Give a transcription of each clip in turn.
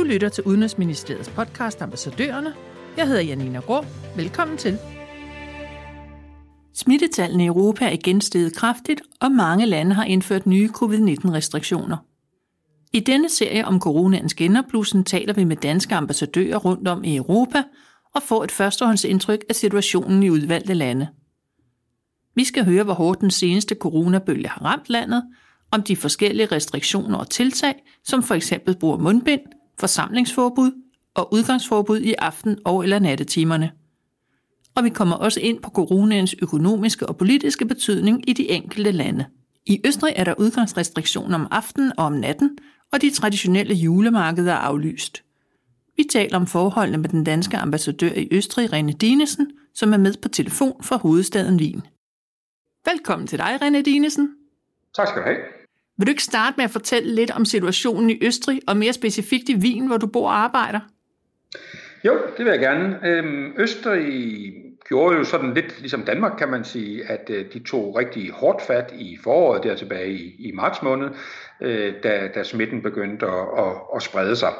lytter til Udenrigsministeriets podcast Ambassadørerne. Jeg hedder Janina Grå. Velkommen til. Smittetallene i Europa er igen steget kraftigt, og mange lande har indført nye covid-19-restriktioner. I denne serie om coronaens genopblussen taler vi med danske ambassadører rundt om i Europa og får et førstehåndsindtryk af situationen i udvalgte lande. Vi skal høre, hvor hårdt den seneste coronabølge har ramt landet, om de forskellige restriktioner og tiltag, som for eksempel bruger mundbind, forsamlingsforbud og udgangsforbud i aften- og eller nattetimerne. Og vi kommer også ind på coronaens økonomiske og politiske betydning i de enkelte lande. I Østrig er der udgangsrestriktioner om aftenen og om natten, og de traditionelle julemarkeder er aflyst. Vi taler om forholdene med den danske ambassadør i Østrig, René Dinesen, som er med på telefon fra hovedstaden Wien. Velkommen til dig, René Dinesen. Tak skal du have. Vil du ikke starte med at fortælle lidt om situationen i Østrig, og mere specifikt i Wien, hvor du bor og arbejder? Jo, det vil jeg gerne. Østrig gjorde jo sådan lidt ligesom Danmark, kan man sige, at de tog rigtig hårdt fat i foråret der tilbage i marts måned, da smitten begyndte at sprede sig.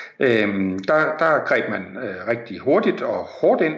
Der greb man rigtig hurtigt og hårdt ind,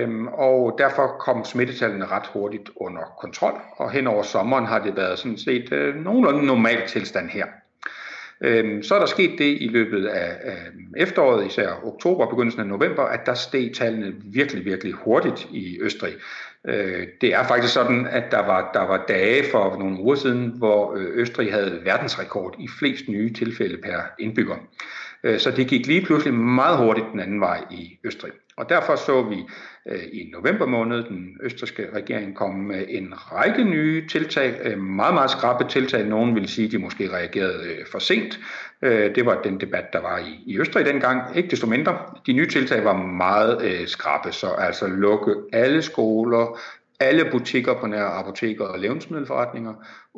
og derfor kom smittetallene ret hurtigt under kontrol, og hen over sommeren har det været sådan set nogenlunde normal tilstand her. Så er der sket det i løbet af efteråret, især oktober og begyndelsen af november, at der steg tallene virkelig, virkelig hurtigt i Østrig. Det er faktisk sådan, at der var dage for nogle uger siden, hvor Østrig havde verdensrekord i flest nye tilfælde per indbygger. Så det gik lige pludselig meget hurtigt den anden vej i Østrig. Og derfor så vi i november måned den østrigske regering komme med en række nye tiltag, meget, meget skrappe tiltag. Nogen ville sige, at de måske reagerede for sent. Det var den debat, der var i Østrig dengang. Ikke desto mindre. De nye tiltag var meget skrappe, så altså lukke alle skoler, alle butikker på nær apoteker og levnedsmiddelforretninger,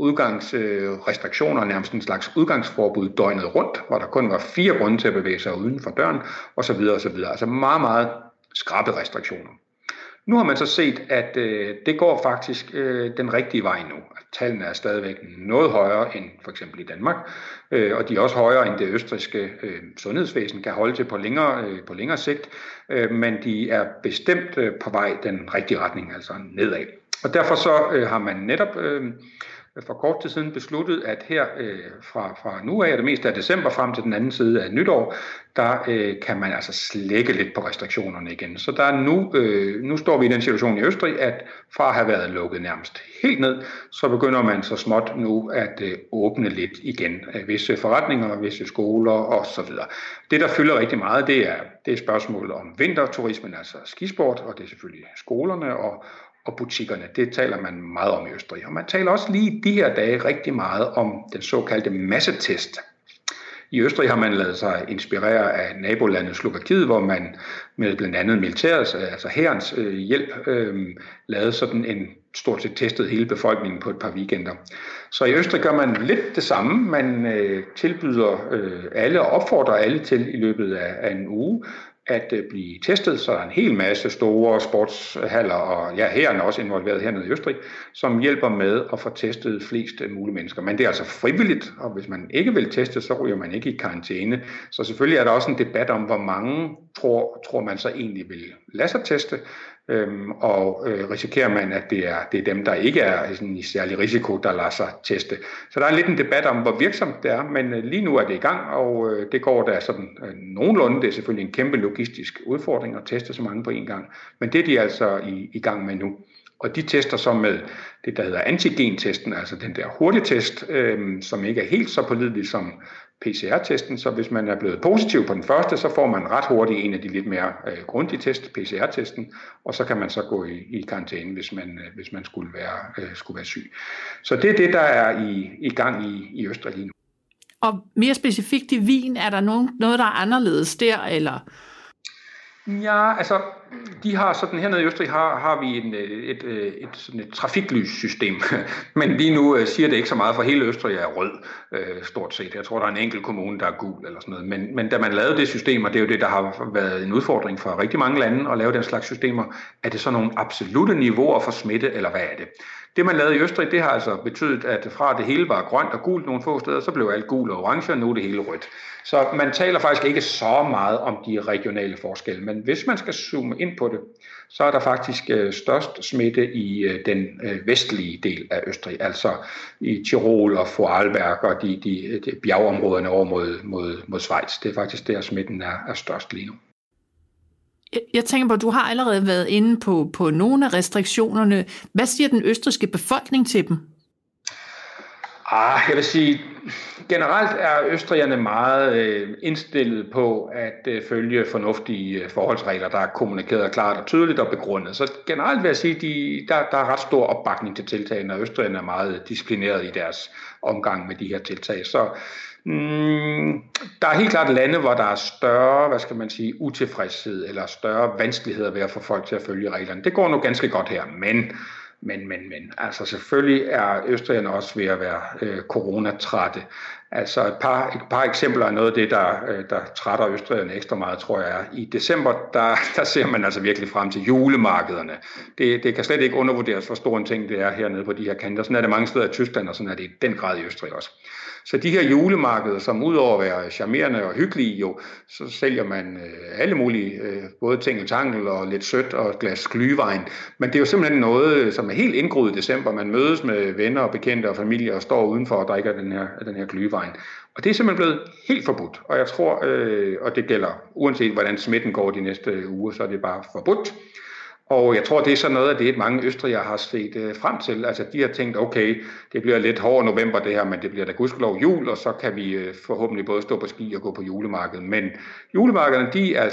udgangsrestriktioner, nærmest en slags udgangsforbud døgnet rundt, hvor der kun var 4 grunde til at bevæge sig uden for døren, osv. osv. Altså meget, meget skrappe restriktioner. Nu har man så set, at det går faktisk den rigtige vej nu. Tallene er stadigvæk noget højere end for eksempel i Danmark, og de er også højere end det østrigske sundhedsvæsen kan holde til på længere sigt, men de er bestemt på vej den rigtige retning, altså nedad. Og derfor så har man netop for kort tid siden besluttet, at her fra nu af, det meste af december frem til den anden side af nytår, der kan man altså slække lidt på restriktionerne igen. Så der er nu står vi i den situation i Østrig, at fra at have været lukket nærmest helt ned, så begynder man så småt nu at åbne lidt igen. Visse forretninger, visse skoler osv. Det, der fylder rigtig meget, det er spørgsmålet om vinterturismen, altså skisport, og det er selvfølgelig skolerne og butikkerne. Det taler man meget om i Østrig. Og man taler også lige de her dage rigtig meget om den såkaldte massetest. I Østrig har man ladet sig inspirere af nabolandet Slovakiet, hvor man med blandt andet militærets, altså hærens hjælp, lavede sådan en stort set testet hele befolkningen på et par weekender. Så i Østrig gør man lidt det samme. Man tilbyder alle og opfordrer alle til i løbet af en uge at blive testet, så er en hel masse store sportshaller, og hæren er også involveret hernede i Østrig, som hjælper med at få testet flest mulige mennesker. Men det er altså frivilligt, og hvis man ikke vil teste, så ryger man ikke i karantæne. Så selvfølgelig er der også en debat om, hvor mange tror man så egentlig vil lade sig teste, og risikerer man, at det er dem, der ikke er i særlig risiko, der lader sig teste. Så der er lidt en debat om, hvor virksomt det er, men lige nu er det i gang, og det går der sådan nogenlunde. Det er selvfølgelig en kæmpe logistisk udfordring at teste så mange på en gang, men det er de altså i gang med nu. Og de tester så med det, der hedder antigentesten, altså den der hurtigtest, som ikke er helt så pålidelig som PCR-testen, så hvis man er blevet positiv på den første, så får man ret hurtigt en af de lidt mere grundige test, PCR-testen, og så kan man så gå i karantæne, hvis man skulle være syg. Så det er det, der er i gang i Østrig lige nu. Og mere specifikt i Wien, er der noget, der er anderledes der, eller? Ja, altså, de har sådan, hernede i Østrig har vi et trafiklyssystem, men lige nu siger det ikke så meget, for hele Østrig er rød, stort set. Jeg tror, der er en enkelt kommune, der er gul eller sådan noget, men da man lavede det system, og det er jo det, der har været en udfordring for rigtig mange lande at lave den slags systemer, er det så nogle absolute niveauer for smitte, eller hvad er det? Det, man lavede i Østrig, det har altså betydet, at fra det hele var grønt og gult nogle få steder, så blev alt gult og orange, og nu er det hele rødt. Så man taler faktisk ikke så meget om de regionale forskelle, men hvis man skal zoome ind på det, så er der faktisk størst smitte i den vestlige del af Østrig, altså i Tyrol og Vorarlberg og de bjergområderne over mod Schweiz. Det er faktisk der, smitten er størst lige nu. Jeg tænker på, at du har allerede været inde på nogle af restriktionerne. Hvad siger den østrigske befolkning til dem? Jeg vil sige, generelt er østrigerne meget indstillet på at følge fornuftige forholdsregler, der er kommunikeret klart og tydeligt og begrundet. Så generelt vil jeg sige, der er ret stor opbakning til tiltagene, og østrigerne er meget disciplineret i deres omgang med de her tiltag. Så der er helt klart lande, hvor der er større, utilfredshed eller større vanskeligheder ved at få folk til at følge reglerne. Det går nu ganske godt her, men altså selvfølgelig er østrigerne også ved at være coronatrætte. Altså et par eksempler af noget af det, der trætter østrigerne ekstra meget, tror jeg er. I december, der ser man altså virkelig frem til julemarkederne. Det kan slet ikke undervurderes, hvor stor en ting det er hernede på de her kanter. Sådan er det mange steder i Tyskland, og sådan er det i den grad i Østrig også. Så de her julemarkeder, som udover at være charmerende og hyggelige, jo, så sælger man alle mulige, både tingeltangel og lidt sødt og et glas glühwein. Men det er jo simpelthen noget, som er helt indgroet i december. Man mødes med venner og bekendte og familie og står udenfor og drikker den her glühwein. Og det er simpelthen blevet helt forbudt. Og jeg tror, og det gælder uanset hvordan smitten går de næste uger, så er det bare forbudt. Og jeg tror, det er så noget af det, mange østrigere har set frem til. Altså, de har tænkt, okay, det bliver lidt hård november det her, men det bliver da gudskelov jul, og så kan vi forhåbentlig både stå på ski og gå på julemarkedet. Men julemarkederne,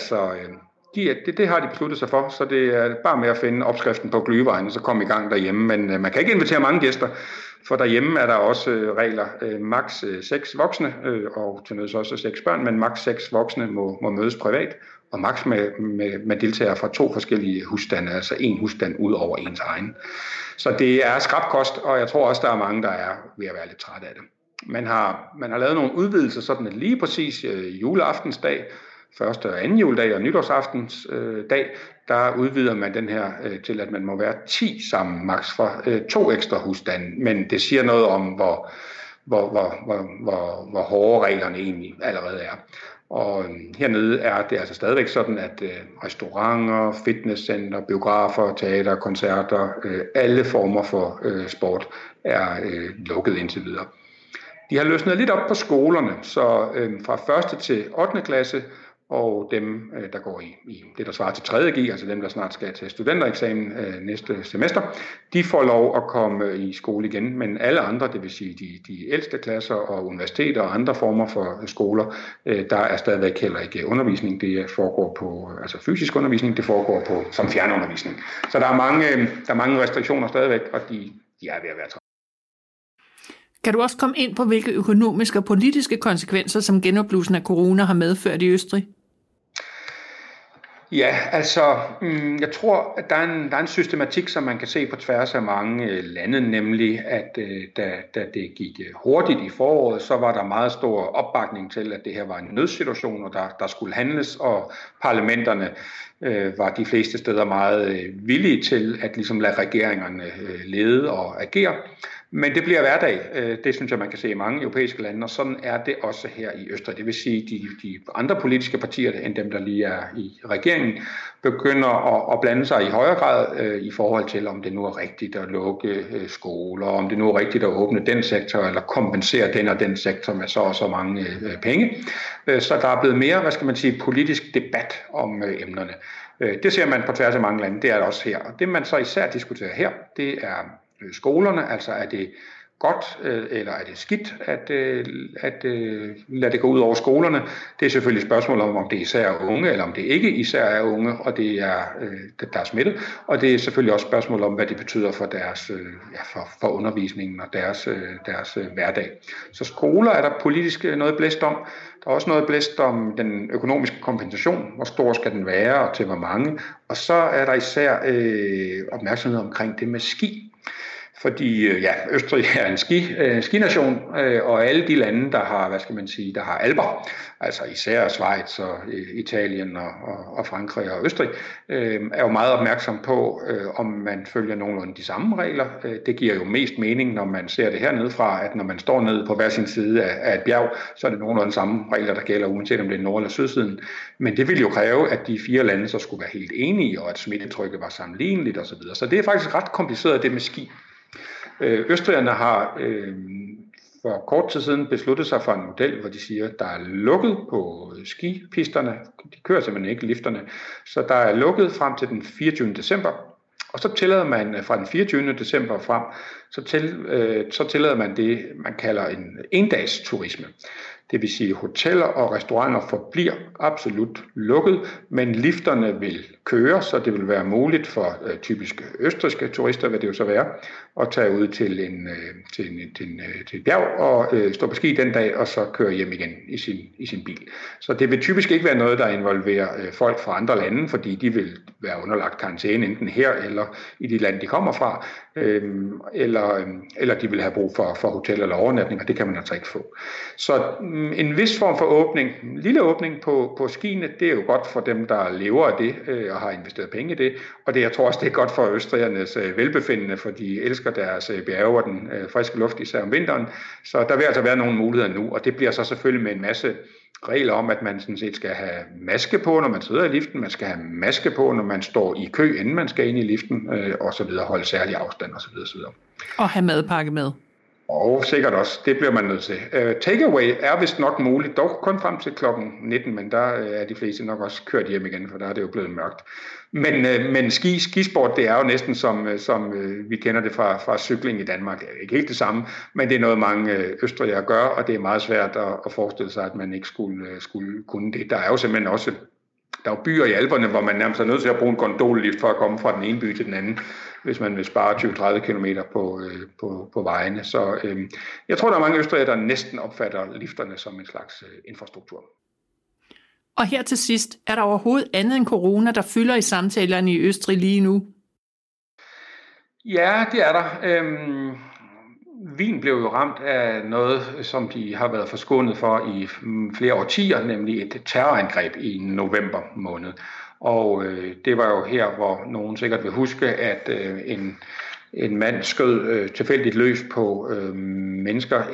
det har de besluttet sig for, så det er bare med at finde opskriften på glühwein, og så komme i gang derhjemme. Men man kan ikke invitere mange gæster, for derhjemme er der også regler. Maks 6 voksne, og til nøds også 6 børn, men maks 6 voksne må mødes privat. Og maks med deltagere fra 2 forskellige husstande, altså en husstand ud over ens egen. Så det er skrap kost, og jeg tror også, der er mange, der er ved at være lidt trætte af det. Man har lavet nogle udvidelser, sådan at lige præcis juleaftensdag, første og anden juledag og nytårsaftens dag, der udvider man den her til, at man må være 10 sammen, maks fra 2 ekstra husstande. Men det siger noget om, hvor hårde reglerne egentlig allerede er. Og hernede er det altså stadigvæk sådan, at restauranter, fitnesscenter, biografer, teater, koncerter, alle former for sport er lukket indtil videre. De har løsnet lidt op på skolerne, så fra 1. til 8. klasse, og dem, der går i det, der svarer til 3. G, altså dem, der snart skal til studentereksamen næste semester, de får lov at komme i skole igen, men alle andre, det vil sige de ældste klasser og universiteter og andre former for skoler, der er stadigvæk heller ikke undervisning. Det foregår på, altså fysisk undervisning, det foregår på som fjernundervisning. Så der er mange restriktioner stadigvæk, og de er ved at være træt. Kan du også komme ind på, hvilke økonomiske og politiske konsekvenser, som genopblussen af corona har medført i Østrig? Ja, altså, jeg tror, at der er en systematik, som man kan se på tværs af mange lande, nemlig at da det gik hurtigt i foråret, så var der meget stor opbakning til, at det her var en nødsituation, og der skulle handles, og parlamenterne var de fleste steder meget villige til at ligesom lade regeringerne lede og agere. Men det bliver hverdag. Det synes jeg, man kan se i mange europæiske lande, og sådan er det også her i Østrig. Det vil sige, de andre politiske partier, end dem, der lige er i regeringen, begynder at blande sig i højere grad i forhold til, om det nu er rigtigt at lukke skoler, om det nu er rigtigt at åbne den sektor, eller kompensere den og den sektor med så og så mange penge. Så der er blevet mere, politisk debat om emnerne. Det ser man på tværs af mange lande, det er det også her. Og det, man så især diskuterer her, det er skolerne, altså er det godt eller er det skidt at lade det gå ud over skolerne. Det er selvfølgelig et spørgsmål om det især er unge, eller om det ikke især er unge, og det er der er smittet. Og det er selvfølgelig også et spørgsmål om, hvad det betyder for deres for undervisningen og deres hverdag. Så skoler er der politisk noget blæst om. Der er også noget blæst om den økonomiske kompensation. Hvor stor skal den være, og til hvor mange. Og så er der især opmærksomhed omkring det med ski. Fordi Østrig er en skination, og alle de lande, der har, der har alper, altså især Schweiz og Italien og Frankrig og Østrig, er jo meget opmærksom på, om man følger nogenlunde de samme regler. Det giver jo mest mening, når man ser det hernede fra, at når man står nede på hver sin side af et bjerg, så er det nogenlunde samme regler, der gælder, uanset om det er nord- eller sydsiden. Men det vil jo kræve, at de 4 lande så skulle være helt enige, og at smittetrykket var sammenligneligt osv. Så det er faktisk ret kompliceret, det med ski. Østrigerne har for kort tid siden besluttet sig for en model, hvor de siger, at der er lukket på skipisterne. De kører simpelthen ikke lifterne. Så der er lukket frem til den 24. december. Og så tillader man fra den 24. december frem, så tillader man det, man kalder en endags turisme. Det vil sige, at hoteller og restauranter forbliver absolut lukket, men lifterne vil køre, så det vil være muligt for typisk østrigske turister, hvad det jo så være, at tage ud til et bjerg og stå på ski den dag, og så køre hjem igen i sin bil. Så det vil typisk ikke være noget, der involverer folk fra andre lande, fordi de vil være underlagt karantæne enten her eller i de lande, de kommer fra, eller de vil have brug for hotel eller overnatning, og det kan man altså ikke få. Så en vis form for åbning, en lille åbning på skiene, det er jo godt for dem, der lever af det og har investeret penge i det, og jeg tror også, det er godt for østrigernes velbefindende, for de elsker deres bjerge og den friske luft, især om vinteren. Så der vil altså være nogle muligheder nu, og det bliver så selvfølgelig med en masse regler om, at man sådan set skal have maske på, når man sidder i liften, man skal have maske på, når man står i kø, inden man skal ind i liften, og så videre, holde særlig afstand, og så videre, så videre. Og have madpakke med. Og sikkert også, det bliver man nødt til. Takeaway er vist nok muligt, dog kun frem til klokken 19, men der er de fleste nok også kørt hjem igen, for der er det jo blevet mørkt. Men skisport, det er jo næsten som vi kender det fra cykling i Danmark. Det er ikke helt det samme, men det er noget, mange østrigere gør, og det er meget svært at forestille sig, at man ikke skulle kunne det. Der er jo simpelthen også der er jo byer i Alperne, hvor man nærmest er nødt til at bruge en gondollift for at komme fra den ene by til den anden, hvis man vil spare 20-30 km på vejene. Så jeg tror, der er mange østrigere, der næsten opfatter lifterne som en slags infrastruktur. Og her til sidst, er der overhovedet andet end corona, der fylder i samtalerne i Østrig lige nu? Ja, det er der. Wien blev jo ramt af noget, som de har været forskånet for i flere årtier, nemlig et terrorangreb i november måned. Og det var jo her, hvor nogen sikkert vil huske, at en mand skød tilfældigt løs på mennesker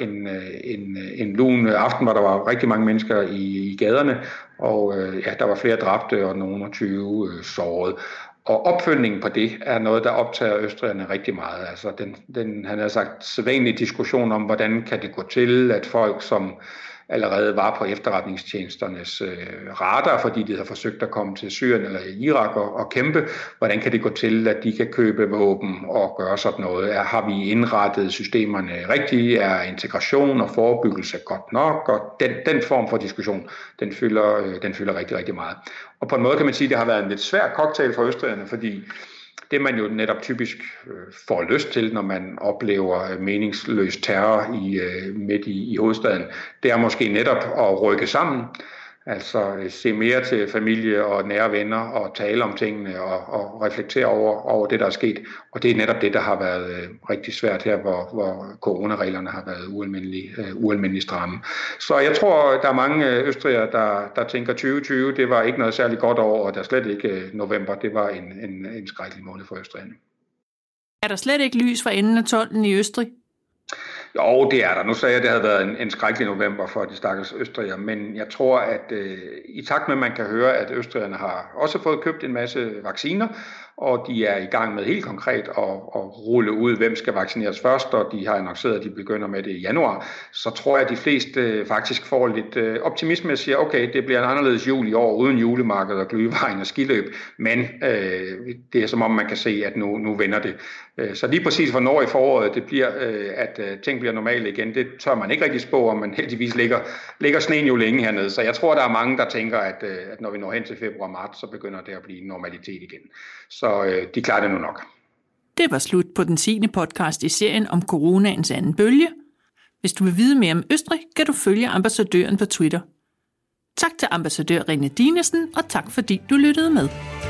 en lun aften, hvor der var rigtig mange mennesker i gaderne, og der var flere dræbte og nogen 20 sårede. Og opfølgningen på det er noget, der optager østrigerne rigtig meget. Altså han har sagt sædvanlig diskussion om, hvordan kan det gå til, at folk, som allerede var på efterretningstjenesternes radar, fordi de havde forsøgt at komme til Syrien eller Irak og kæmpe, hvordan kan det gå til, at de kan købe våben og gøre sådan noget? Har vi indrettet systemerne rigtigt? Er integration og forebyggelse godt nok? Og den form for diskussion, den fylder rigtig, rigtig meget. Og på en måde kan man sige, at det har været en lidt svær cocktail for østrigerne, fordi det man jo netop typisk får lyst til, når man oplever meningsløs terror midt i hovedstaden, det er måske netop at rykke sammen, altså se mere til familie og nære venner og tale om tingene og reflektere over det, der er sket. Og det er netop det, der har været rigtig svært her, hvor coronareglerne har været ualmindeligt stramme. Så jeg tror, der er mange østrigere, der tænker 2020, det var ikke noget særligt godt år, og der slet ikke november, det var en skrækkelig måned for østrigerne. Er der slet ikke lys for enden af tunnelen i Østrig? Jo, det er der. Nu sagde jeg, at det havde været en skrækkelig november for de stakkels østrigere, men jeg tror, at i takt med, at man kan høre, at østrigerne har også fået købt en masse vacciner, og de er i gang med helt konkret at rulle ud, hvem skal vaccineres først, og de har annonceret, at de begynder med det i januar, så tror jeg, at de fleste faktisk får lidt optimisme og siger, okay, det bliver en anderledes jul i år, uden julemarked og glühwein og skiløb, men det er som om, man kan se, at nu vender det. Så lige præcis hvornår i foråret det bliver, at ting bliver normale igen, det tør man ikke rigtig spå om, men heldigvis ligger sneen jo længe hernede. Så jeg tror, der er mange, der tænker, at når vi når hen til februar-marts, så begynder det at blive normalitet igen. Så de klarer det nu nok. Det var slut på den 10. podcast i serien om coronaens anden bølge. Hvis du vil vide mere om Østrig, kan du følge ambassadøren på Twitter. Tak til ambassadør René Dinesen, og tak fordi du lyttede med.